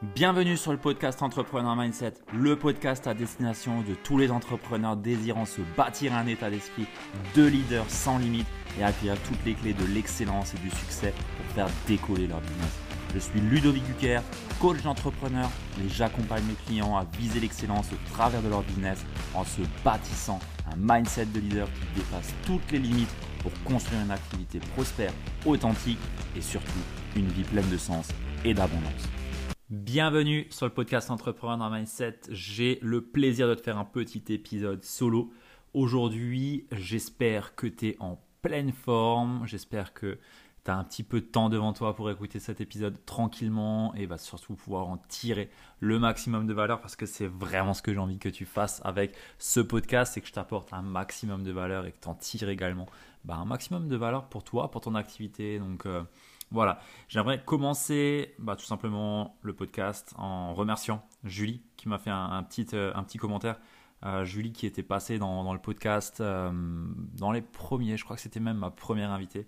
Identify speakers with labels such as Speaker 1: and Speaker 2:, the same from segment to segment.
Speaker 1: Bienvenue sur le podcast Entrepreneur Mindset, le podcast à destination de tous les entrepreneurs désirant se bâtir un état d'esprit de leader sans limite et acquérir toutes les clés de l'excellence et du succès pour faire décoller leur business. Je suis Ludovic Bucher, coach d'entrepreneur et j'accompagne mes clients à viser l'excellence au travers de leur business en se bâtissant un mindset de leader qui dépasse toutes les limites pour construire une activité prospère, authentique et surtout une vie pleine de sens et d'abondance. Bienvenue sur le podcast Entrepreneur Mindset. J'ai le plaisir de te faire un petit épisode solo. Aujourd'hui, j'espère que tu es en pleine forme. J'espère que tu as un petit peu de temps devant toi pour écouter cet épisode tranquillement et surtout pouvoir en tirer le maximum de valeur parce que c'est vraiment ce que j'ai envie que tu fasses avec ce podcast, c'est que je t'apporte un maximum de valeur et que tu en tires également un maximum de valeur pour toi, pour ton activité. Donc, voilà, j'aimerais commencer tout simplement le podcast en remerciant Julie qui m'a fait un petit commentaire. Julie qui était passée dans le podcast dans les premiers, je crois que c'était même ma première invitée,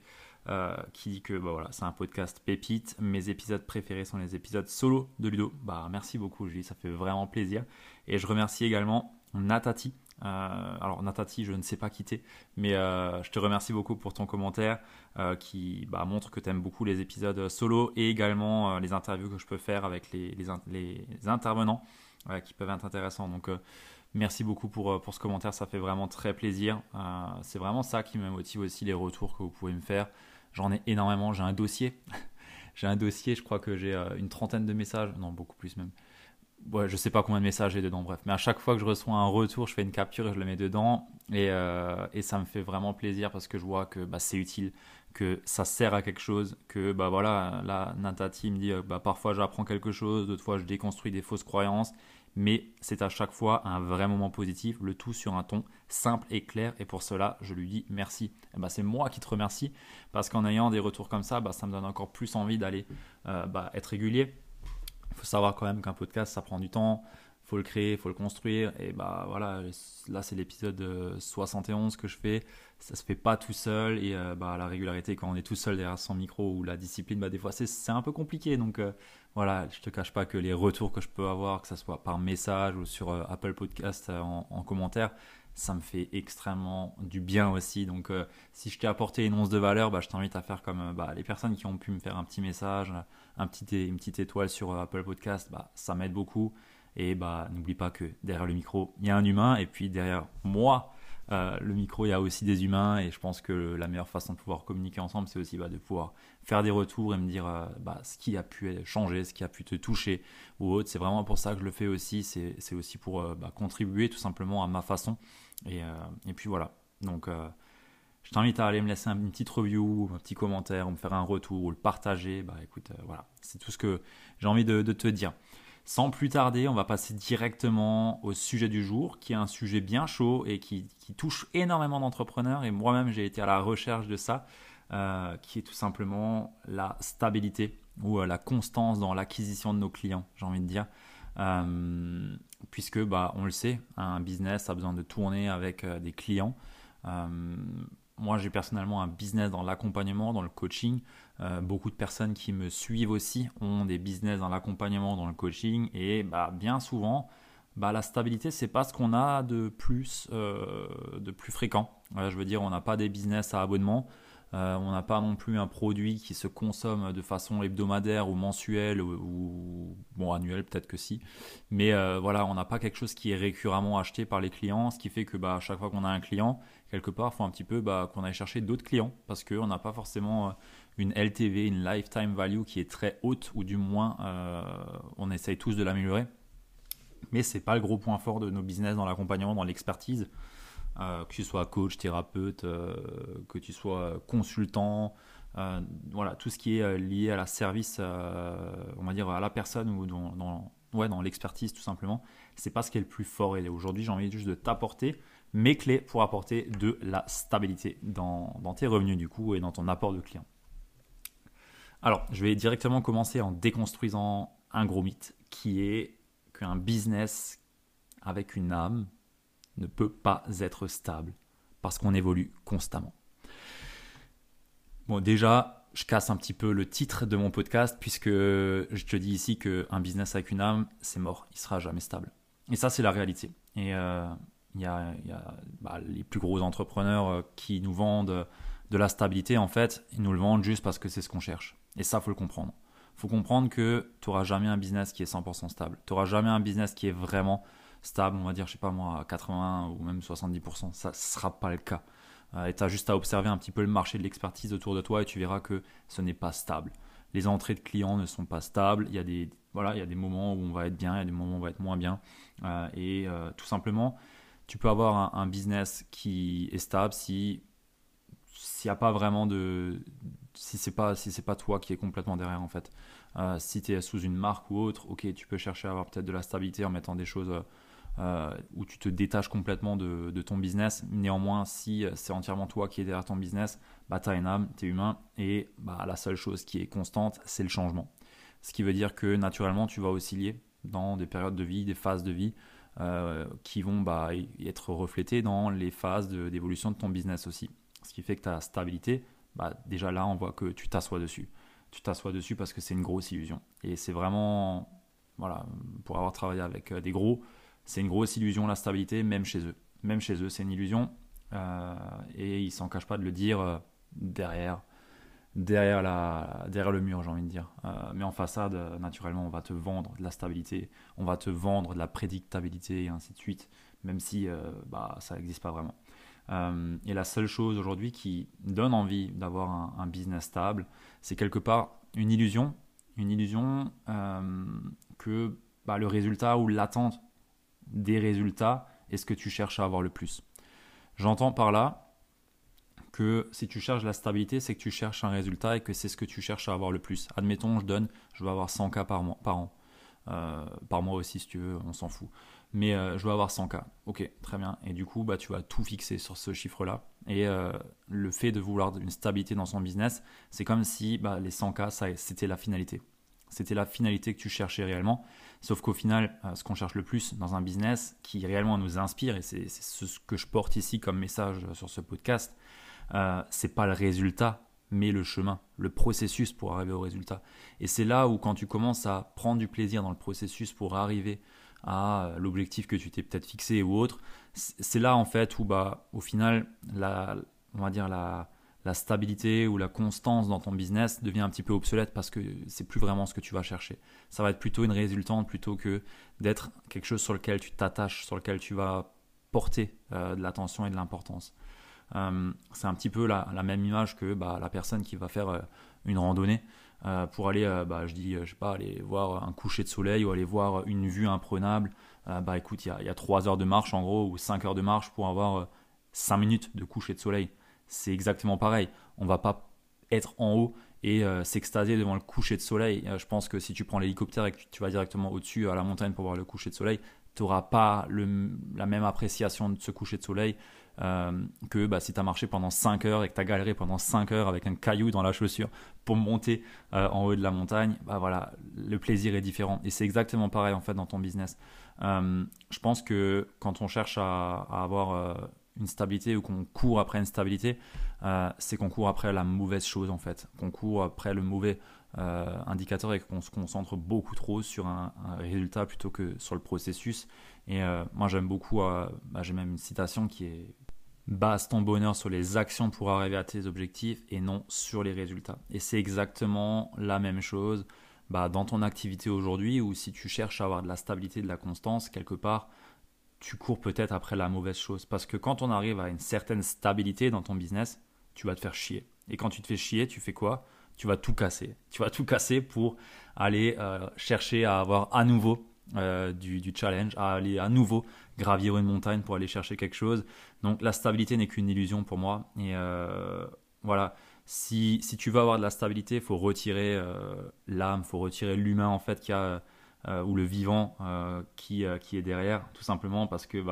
Speaker 1: qui dit que voilà, c'est un podcast pépite. Mes épisodes préférés sont les épisodes solo de Ludo. Merci beaucoup Julie, ça fait vraiment plaisir. Et je remercie également Natati. Alors Natati, je ne sais pas quitter, mais je te remercie beaucoup pour ton commentaire qui montre que tu aimes beaucoup les épisodes solo et également les interviews que je peux faire avec les intervenants qui peuvent être intéressants. Donc merci beaucoup pour ce commentaire, ça fait vraiment très plaisir. C'est vraiment ça qui me motive aussi, les retours que vous pouvez me faire. J'en ai énormément, j'ai un dossier. J'ai un dossier, je crois que j'ai une trentaine de messages, non beaucoup plus même. Ouais, je sais pas combien de messages j'ai dedans, bref. Mais à chaque fois que je reçois un retour, je fais une capture et je le mets dedans. Et ça me fait vraiment plaisir parce que je vois que c'est utile, que ça sert à quelque chose, que voilà, là, Natati me dit parfois j'apprends quelque chose, d'autres fois je déconstruis des fausses croyances. Mais c'est à chaque fois un vrai moment positif, le tout sur un ton simple et clair. Et pour cela, je lui dis merci. C'est moi qui te remercie parce qu'en ayant des retours comme ça, ça me donne encore plus envie d'aller être régulier. Il faut savoir quand même qu'un podcast, ça prend du temps. Il faut le créer, il faut le construire. Et voilà, là, c'est l'épisode 71 que je fais. Ça ne se fait pas tout seul. Et la régularité, quand on est tout seul derrière son micro ou la discipline, des fois, c'est un peu compliqué. Donc, voilà, je ne te cache pas que les retours que je peux avoir, que ce soit par message ou sur Apple Podcast en commentaire, ça me fait extrêmement du bien aussi. Donc, si je t'ai apporté une once de valeur, je t'invite à faire comme les personnes qui ont pu me faire un petit message, une petite étoile sur Apple Podcast, ça m'aide beaucoup. Et n'oublie pas que derrière le micro, il y a un humain. Et puis derrière moi, le micro, il y a aussi des humains. Et je pense que la meilleure façon de pouvoir communiquer ensemble, c'est aussi de pouvoir faire des retours et me dire ce qui a pu changer, ce qui a pu te toucher ou autre. C'est vraiment pour ça que je le fais aussi. C'est aussi pour contribuer tout simplement à ma façon. Et puis voilà. Donc, je t'invite à aller me laisser une petite review, un petit commentaire, ou me faire un retour, ou le partager. Écoute, voilà, c'est tout ce que j'ai envie de te dire. Sans plus tarder, on va passer directement au sujet du jour, qui est un sujet bien chaud et qui touche énormément d'entrepreneurs. Et moi-même, j'ai été à la recherche de ça, qui est tout simplement la stabilité ou la constance dans l'acquisition de nos clients, j'ai envie de dire. Puisque, on le sait, un business a besoin de tourner avec des clients. Moi, j'ai personnellement un business dans l'accompagnement, dans le coaching. Beaucoup de personnes qui me suivent aussi ont des business dans l'accompagnement, dans le coaching. Et bien souvent, la stabilité, c'est pas ce qu'on a de plus fréquent. Je veux dire, on n'a pas des business à abonnement. On n'a pas non plus un produit qui se consomme de façon hebdomadaire ou mensuelle ou annuelle, peut-être que si. Mais voilà, on n'a pas quelque chose qui est récurremment acheté par les clients, ce qui fait que à chaque fois qu'on a un client, quelque part, il faut un petit peu qu'on aille chercher d'autres clients parce qu'on n'a pas forcément une LTV, une lifetime value qui est très haute ou du moins on essaye tous de l'améliorer. Mais ce n'est pas le gros point fort de nos business dans l'accompagnement, dans l'expertise. Que tu sois coach, thérapeute, que tu sois consultant, voilà, tout ce qui est lié à la service, on va dire à la personne ou dans l'expertise tout simplement, c'est pas ce qui est le plus fort. Et aujourd'hui, j'ai envie juste de t'apporter mes clés pour apporter de la stabilité dans tes revenus du coup et dans ton apport de clients. Alors, je vais directement commencer en déconstruisant un gros mythe qui est qu'un business avec une âme ne peut pas être stable parce qu'on évolue constamment. Bon, déjà, je casse un petit peu le titre de mon podcast puisque je te dis ici qu'un business avec une âme, c'est mort, il sera jamais stable. Et ça, c'est la réalité. Et il y a les plus gros entrepreneurs qui nous vendent de la stabilité, en fait, ils nous le vendent juste parce que c'est ce qu'on cherche. Et ça, il faut le comprendre. Il faut comprendre que tu n'auras jamais un business qui est 100% stable. Tu n'auras jamais un business qui est vraiment stable, on va dire, je sais pas moi, à 80 ou même 70%. Ça ne sera pas le cas. Et tu as juste à observer un petit peu le marché de l'expertise autour de toi et tu verras que ce n'est pas stable. Les entrées de clients ne sont pas stables. Il y a des moments où on va être bien, il y a des moments où on va être moins bien. Tout simplement, tu peux avoir un business qui est stable s'il n'y a pas vraiment si c'est pas toi qui est complètement derrière en fait. Si tu es sous une marque ou autre, ok, tu peux chercher à avoir peut-être de la stabilité en mettant des choses où tu te détaches complètement de ton business. Néanmoins, si c'est entièrement toi qui es derrière ton business, tu as une âme, tu es humain et la seule chose qui est constante, c'est le changement. Ce qui veut dire que naturellement, tu vas osciller dans des périodes de vie, des phases de vie qui vont être reflétées dans les phases d'évolution de ton business aussi. Ce qui fait que ta stabilité, déjà là, on voit que tu t'assois dessus. Tu t'assois dessus parce que c'est une grosse illusion. Et c'est vraiment, pour avoir travaillé avec des gros, c'est une grosse illusion la stabilité, même chez eux. Même chez eux, c'est une illusion. Et ils ne s'en cachent pas de le dire derrière le mur, j'ai envie de dire. Mais en façade, naturellement, on va te vendre de la stabilité, on va te vendre de la prédictabilité et ainsi de suite, même si ça n'existe pas vraiment. Et la seule chose aujourd'hui qui donne envie d'avoir un business stable, c'est quelque part une illusion que le résultat ou l'attente des résultats est ce que tu cherches à avoir le plus. J'entends par là que si tu cherches la stabilité, c'est que tu cherches un résultat et que c'est ce que tu cherches à avoir le plus. Admettons, je veux avoir 100K par an. Par mois aussi si tu veux, on s'en fout. Mais je veux avoir 100K. Ok, très bien. Et du coup, tu vas tout fixer sur ce chiffre-là. Et le fait de vouloir une stabilité dans son business, c'est comme si les 100K, c'était la finalité. C'était la finalité que tu cherchais réellement. Sauf qu'au final, ce qu'on cherche le plus dans un business qui réellement nous inspire, et c'est ce que je porte ici comme message sur ce podcast, c'est pas le résultat, mais le chemin, le processus pour arriver au résultat. Et c'est là où quand tu commences à prendre du plaisir dans le processus pour arriver à l'objectif que tu t'es peut-être fixé ou autre, c'est là en fait où au final, on va dire la stabilité ou la constance dans ton business devient un petit peu obsolète parce que c'est plus vraiment ce que tu vas chercher. Ça va être plutôt une résultante plutôt que d'être quelque chose sur lequel tu t'attaches, sur lequel tu vas porter de l'attention et de l'importance. C'est un petit peu la même image que la personne qui va faire une randonnée pour aller, aller voir un coucher de soleil ou aller voir une vue imprenable. Écoute, il y a 3 heures de marche en gros ou 5 heures de marche pour avoir 5 minutes de coucher de soleil. C'est exactement pareil. On ne va pas être en haut et s'extasier devant le coucher de soleil. Je pense que si tu prends l'hélicoptère et que tu vas directement au-dessus à la montagne pour voir le coucher de soleil, tu n'auras pas la même appréciation de ce coucher de soleil que si tu as marché pendant 5 heures et que tu as galéré pendant 5 heures avec un caillou dans la chaussure pour monter en haut de la montagne. Le plaisir est différent. Et c'est exactement pareil en fait dans ton business. Je pense que quand on cherche à avoir une stabilité ou qu'on court après une stabilité, c'est qu'on court après la mauvaise chose en fait, qu'on court après le mauvais indicateur et qu'on se concentre beaucoup trop sur un résultat plutôt que sur le processus. Et moi j'aime beaucoup, j'ai même une citation qui est: base ton bonheur sur les actions pour arriver à tes objectifs et non sur les résultats. Et c'est exactement la même chose dans ton activité aujourd'hui, où si tu cherches à avoir de la stabilité, de la constance, quelque part tu cours peut-être après la mauvaise chose. Parce que quand on arrive à une certaine stabilité dans ton business, tu vas te faire chier. Et quand tu te fais chier, tu fais quoi ? Tu vas tout casser. Tu vas tout casser pour aller chercher à avoir à nouveau du challenge, à aller à nouveau gravir une montagne pour aller chercher quelque chose. Donc la stabilité n'est qu'une illusion pour moi. Et voilà, si tu veux avoir de la stabilité, il faut retirer l'âme, il faut retirer l'humain en fait qui a... ou le vivant qui est derrière, tout simplement parce que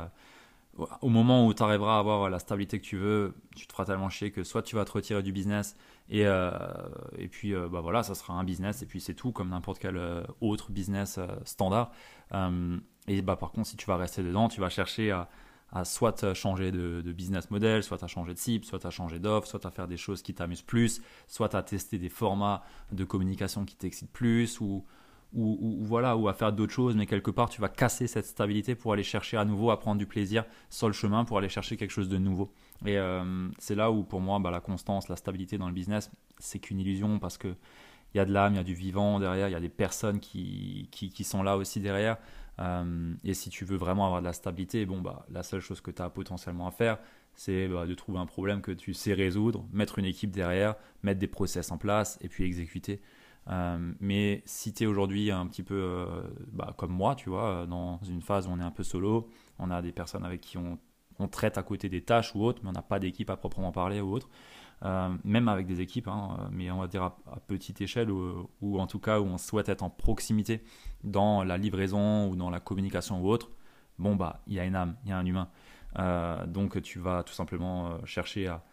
Speaker 1: au moment où tu arriveras à avoir la stabilité que tu veux, tu te feras tellement chier que soit tu vas te retirer du business et puis ça sera un business et puis c'est tout, comme n'importe quel autre business standard. Par contre, si tu vas rester dedans, tu vas chercher à soit changer de business model, soit à changer de cible, soit à changer d'offre, soit à faire des choses qui t'amusent plus, soit à tester des formats de communication qui t'excitent plus, ou voilà, ou à faire d'autres choses, mais quelque part tu vas casser cette stabilité pour aller chercher à nouveau à prendre du plaisir sur le chemin, pour aller chercher quelque chose de nouveau. Et c'est là où pour moi la constance, la stabilité dans le business, c'est qu'une illusion, parce que il y a de l'âme, il y a du vivant derrière, il y a des personnes qui sont là aussi derrière. Et si tu veux vraiment avoir de la stabilité, la seule chose que tu as potentiellement à faire, c'est de trouver un problème que tu sais résoudre, mettre une équipe derrière, mettre des process en place et puis exécuter. Mais si tu es aujourd'hui un petit peu comme moi, tu vois, dans une phase où on est un peu solo, on a des personnes avec qui on traite à côté des tâches ou autres, mais on n'a pas d'équipe à proprement parler ou autre. Même avec des équipes, mais on va dire à petite échelle, ou en tout cas où on souhaite être en proximité dans la livraison ou dans la communication ou autre, il y a une âme, il y a un humain. Donc tu vas tout simplement chercher à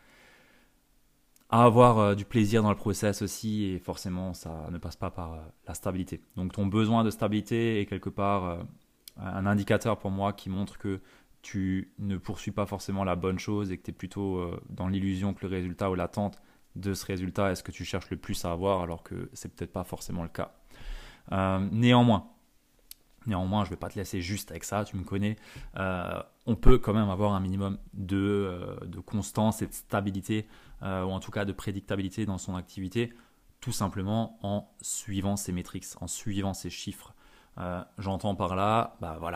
Speaker 1: avoir du plaisir dans le process aussi, et forcément ça ne passe pas par la stabilité. Donc ton besoin de stabilité est quelque part un indicateur pour moi qui montre que tu ne poursuis pas forcément la bonne chose et que tu es plutôt dans l'illusion que le résultat ou l'attente de ce résultat est ce que tu cherches le plus à avoir, alors que c'est peut-être pas forcément le cas. Néanmoins, je ne vais pas te laisser juste avec ça, tu me connais. On peut quand même avoir un minimum de constance et de stabilité, ou en tout cas de prédictabilité dans son activité, tout simplement en suivant ses métriques, en suivant ses chiffres. J'entends par là,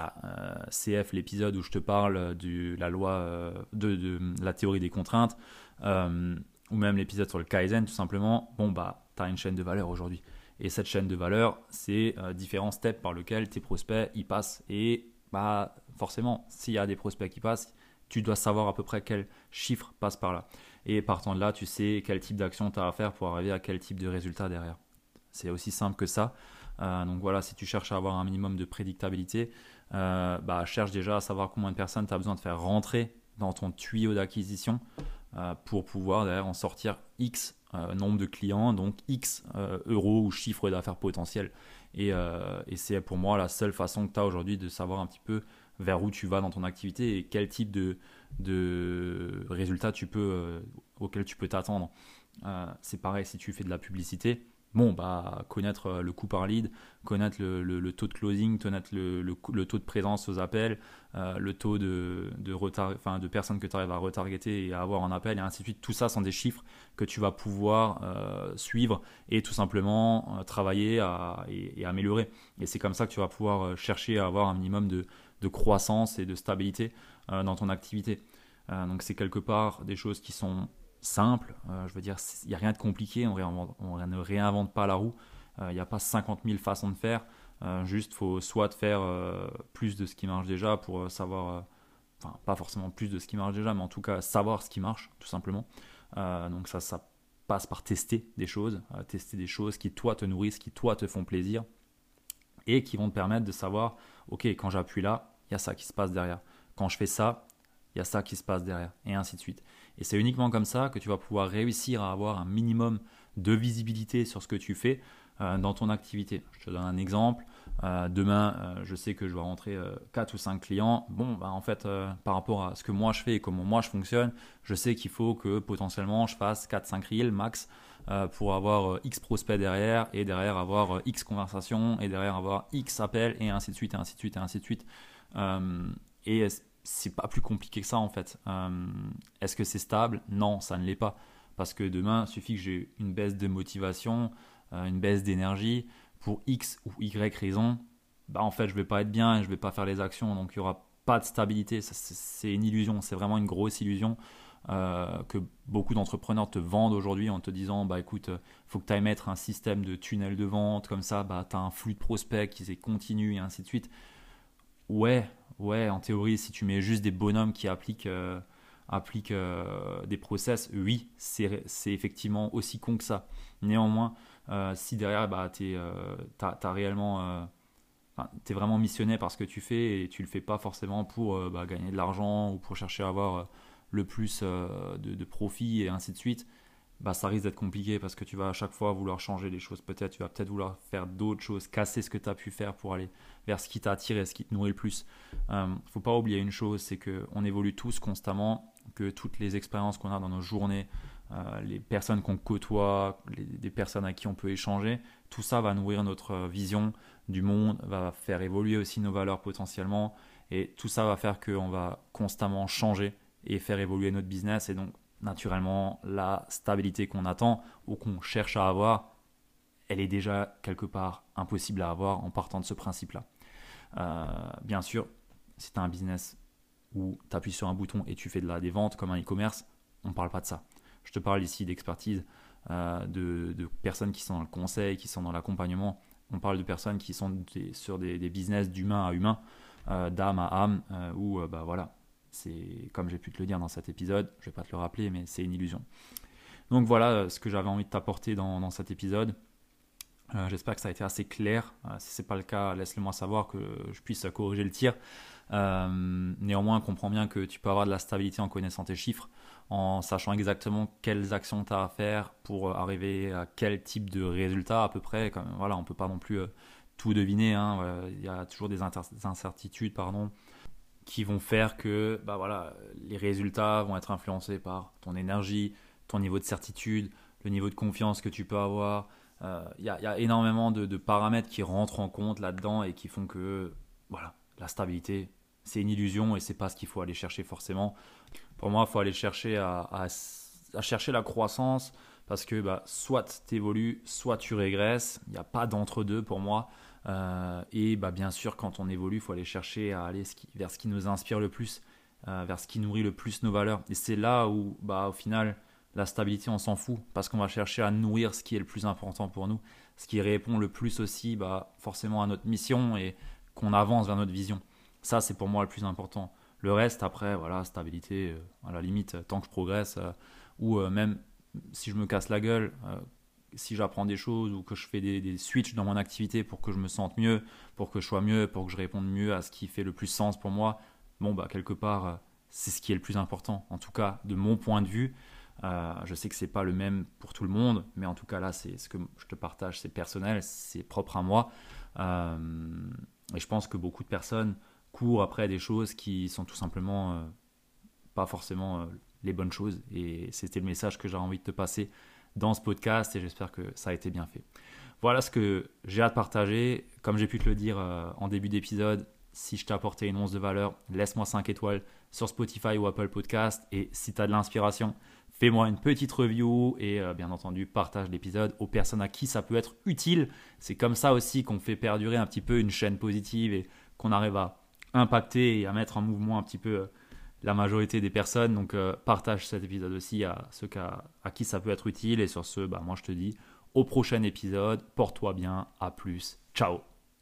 Speaker 1: CF, l'épisode où je te parle de la loi de la théorie des contraintes, ou même l'épisode sur le Kaizen, tout simplement. Tu as une chaîne de valeur aujourd'hui. Et cette chaîne de valeur, c'est différents steps par lesquels tes prospects y passent. Et forcément, s'il y a des prospects qui passent, tu dois savoir à peu près quel chiffre passe par là. Et partant de là, tu sais quel type d'action tu as à faire pour arriver à quel type de résultat derrière. C'est aussi simple que ça. Donc voilà, si tu cherches à avoir un minimum de prédictabilité, cherche déjà à savoir combien de personnes tu as besoin de faire rentrer dans ton tuyau d'acquisition pour pouvoir derrière en sortir X nombre de clients, donc X euros ou chiffre d'affaires potentiel. Et c'est pour moi la seule façon que tu as aujourd'hui de savoir un petit peu vers où tu vas dans ton activité et quel type de résultats auquel tu peux t'attendre. C'est pareil si tu fais de la publicité. Connaître le coût par lead, connaître le taux de closing, connaître le taux de présence aux appels, le taux de personnes que tu arrives à retargeter et à avoir en appel, et ainsi de suite. Tout ça sont des chiffres que tu vas pouvoir suivre et tout simplement travailler et améliorer. Et c'est comme ça que tu vas pouvoir chercher à avoir un minimum de croissance et de stabilité dans ton activité. Donc c'est quelque part des choses qui sont simple, je veux dire, il n'y a rien de compliqué, on ne réinvente pas la roue, il n'y a pas 50 000 façons de faire, juste faut soit faire plus de ce qui marche déjà pour savoir, pas forcément plus de ce qui marche déjà, mais en tout cas savoir ce qui marche tout simplement. Donc ça passe par tester des choses qui toi te nourrissent, qui toi te font plaisir et qui vont te permettre de savoir, ok, quand j'appuie là, il y a ça qui se passe derrière, quand je fais ça, il y a ça qui se passe derrière, et ainsi de suite. Et c'est uniquement comme ça que tu vas pouvoir réussir à avoir un minimum de visibilité sur ce que tu fais dans ton activité. Je te donne un exemple. Demain, je sais que je vais rentrer 4 ou 5 clients. Par rapport à ce que moi je fais et comment moi je fonctionne, je sais qu'il faut que potentiellement je fasse 4-5 reels max pour avoir X prospects derrière, et derrière avoir X conversations, et derrière avoir X appels, et ainsi de suite, et ainsi de suite, et ainsi de suite. Et c'est pas plus compliqué que ça en fait. Est-ce que c'est stable ? Non, ça ne l'est pas. Parce que demain, il suffit que j'ai une baisse de motivation, une baisse d'énergie pour X ou Y raison. En fait, je vais pas être bien et je vais pas faire les actions. Donc, il n'y aura pas de stabilité. C'est une illusion. C'est vraiment une grosse illusion que beaucoup d'entrepreneurs te vendent aujourd'hui en te disant écoute, faut que tu ailles mettre un système de tunnel de vente. Comme ça, tu as un flux de prospects qui est continu et ainsi de suite. Ouais, en théorie, si tu mets juste des bonhommes qui appliquent des process, oui, c'est effectivement aussi con que ça. Néanmoins, si derrière, t'as réellement, t'es vraiment missionné par ce que tu fais et tu le fais pas forcément pour gagner de l'argent ou pour chercher à avoir le plus de profit et ainsi de suite, ça risque d'être compliqué parce que tu vas à chaque fois vouloir changer les choses. Peut-être tu vas peut-être vouloir faire d'autres choses, casser ce que tu as pu faire pour aller vers ce qui t'attire et ce qui te nourrit le plus. Faut pas oublier une chose, c'est qu'on évolue tous constamment, que toutes les expériences qu'on a dans nos journées, les personnes qu'on côtoie, des personnes à qui on peut échanger, tout ça va nourrir notre vision du monde, va faire évoluer aussi nos valeurs potentiellement, et tout ça va faire qu'on va constamment changer et faire évoluer notre business, et donc naturellement la stabilité qu'on attend ou qu'on cherche à avoir, elle est déjà quelque part impossible à avoir en partant de ce principe-là. Bien sûr, si tu as un business où tu appuies sur un bouton et tu fais des ventes comme un e-commerce, on ne parle pas de ça. Je te parle ici d'expertise, de personnes qui sont dans le conseil, qui sont dans l'accompagnement. On parle de personnes qui sont sur des business d'humain à humain, d'âme à âme, où voilà, c'est comme j'ai pu te le dire dans cet épisode, je ne vais pas te le rappeler, mais c'est une illusion. Donc voilà ce que j'avais envie de t'apporter dans cet épisode. J'espère que ça a été assez clair. Si ce n'est pas le cas, laisse-le moi savoir que je puisse corriger le tir. Néanmoins, comprends bien que tu peux avoir de la stabilité en connaissant tes chiffres, en sachant exactement quelles actions tu as à faire pour arriver à quel type de résultat à peu près. Voilà, on ne peut pas non plus tout deviner. Il y a toujours des incertitudes qui vont faire que les résultats vont être influencés par ton énergie, ton niveau de certitude, le niveau de confiance que tu peux avoir. Il y a énormément de paramètres qui rentrent en compte là-dedans et qui font que la stabilité, c'est une illusion et c'est pas ce qu'il faut aller chercher forcément. Pour moi, il faut aller chercher à chercher la croissance parce que soit tu évolues, soit tu régresses. Il n'y a pas d'entre-deux pour moi. Et bien sûr, quand on évolue, il faut aller chercher à aller vers ce qui nous inspire le plus, vers ce qui nourrit le plus nos valeurs. Et c'est là où, au final, la stabilité, on s'en fout parce qu'on va chercher à nourrir ce qui est le plus important pour nous, ce qui répond le plus aussi forcément à notre mission et qu'on avance vers notre vision. Ça, c'est pour moi le plus important. Le reste, après, stabilité, à la limite, tant que je progresse, ou même si je me casse la gueule, si j'apprends des choses ou que je fais des switches dans mon activité pour que je me sente mieux, pour que je sois mieux, pour que je réponde mieux à ce qui fait le plus sens pour moi, quelque part, c'est ce qui est le plus important. En tout cas, de mon point de vue, je sais que c'est pas le même pour tout le monde, mais en tout cas là, c'est ce que je te partage, c'est personnel, c'est propre à moi. Et je pense que beaucoup de personnes courent après des choses qui sont tout simplement pas forcément les bonnes choses. Et c'était le message que j'ai envie de te passer dans ce podcast et j'espère que ça a été bien fait. Voilà ce que j'ai à te partager. Comme j'ai pu te le dire en début d'épisode, si je t'ai apporté une once de valeur, laisse-moi 5 étoiles sur Spotify ou Apple Podcast. Et si tu as de l'inspiration, fais-moi une petite review et bien entendu, partage l'épisode aux personnes à qui ça peut être utile. C'est comme ça aussi qu'on fait perdurer un petit peu une chaîne positive et qu'on arrive à impacter et à mettre en mouvement un petit peu la majorité des personnes. Donc partage cet épisode aussi à ceux à qui ça peut être utile. Et sur ce, moi je te dis au prochain épisode. Porte-toi bien. À plus. Ciao.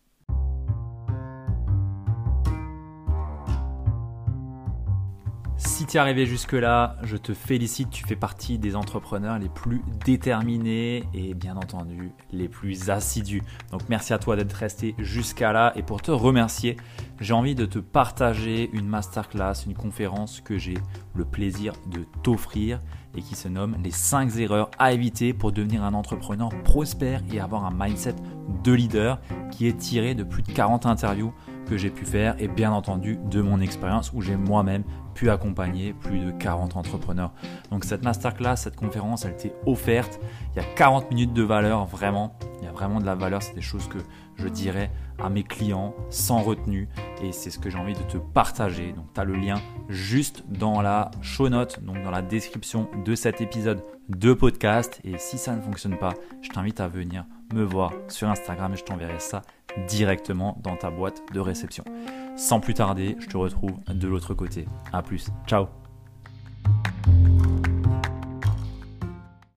Speaker 1: Si tu es arrivé jusque-là, je te félicite, tu fais partie des entrepreneurs les plus déterminés et bien entendu les plus assidus. Donc merci à toi d'être resté jusqu'à là et pour te remercier, j'ai envie de te partager une masterclass, une conférence que j'ai le plaisir de t'offrir et qui se nomme les 5 erreurs à éviter pour devenir un entrepreneur prospère et avoir un mindset de leader qui est tiré de plus de 40 interviews que j'ai pu faire et bien entendu de mon expérience où j'ai moi-même pu accompagner plus de 40 entrepreneurs. Donc cette masterclass, cette conférence, elle t'est offerte. Il y a 40 minutes de valeur, vraiment. Il y a vraiment de la valeur. C'est des choses que je dirais à mes clients sans retenue et c'est ce que j'ai envie de te partager. Donc tu as le lien juste dans la show note, donc dans la description de cet épisode de podcast. Et si ça ne fonctionne pas, je t'invite à venir me voir sur Instagram et je t'enverrai ça directement dans ta boîte de réception. Sans plus tarder, je te retrouve de l'autre côté. À plus. Ciao.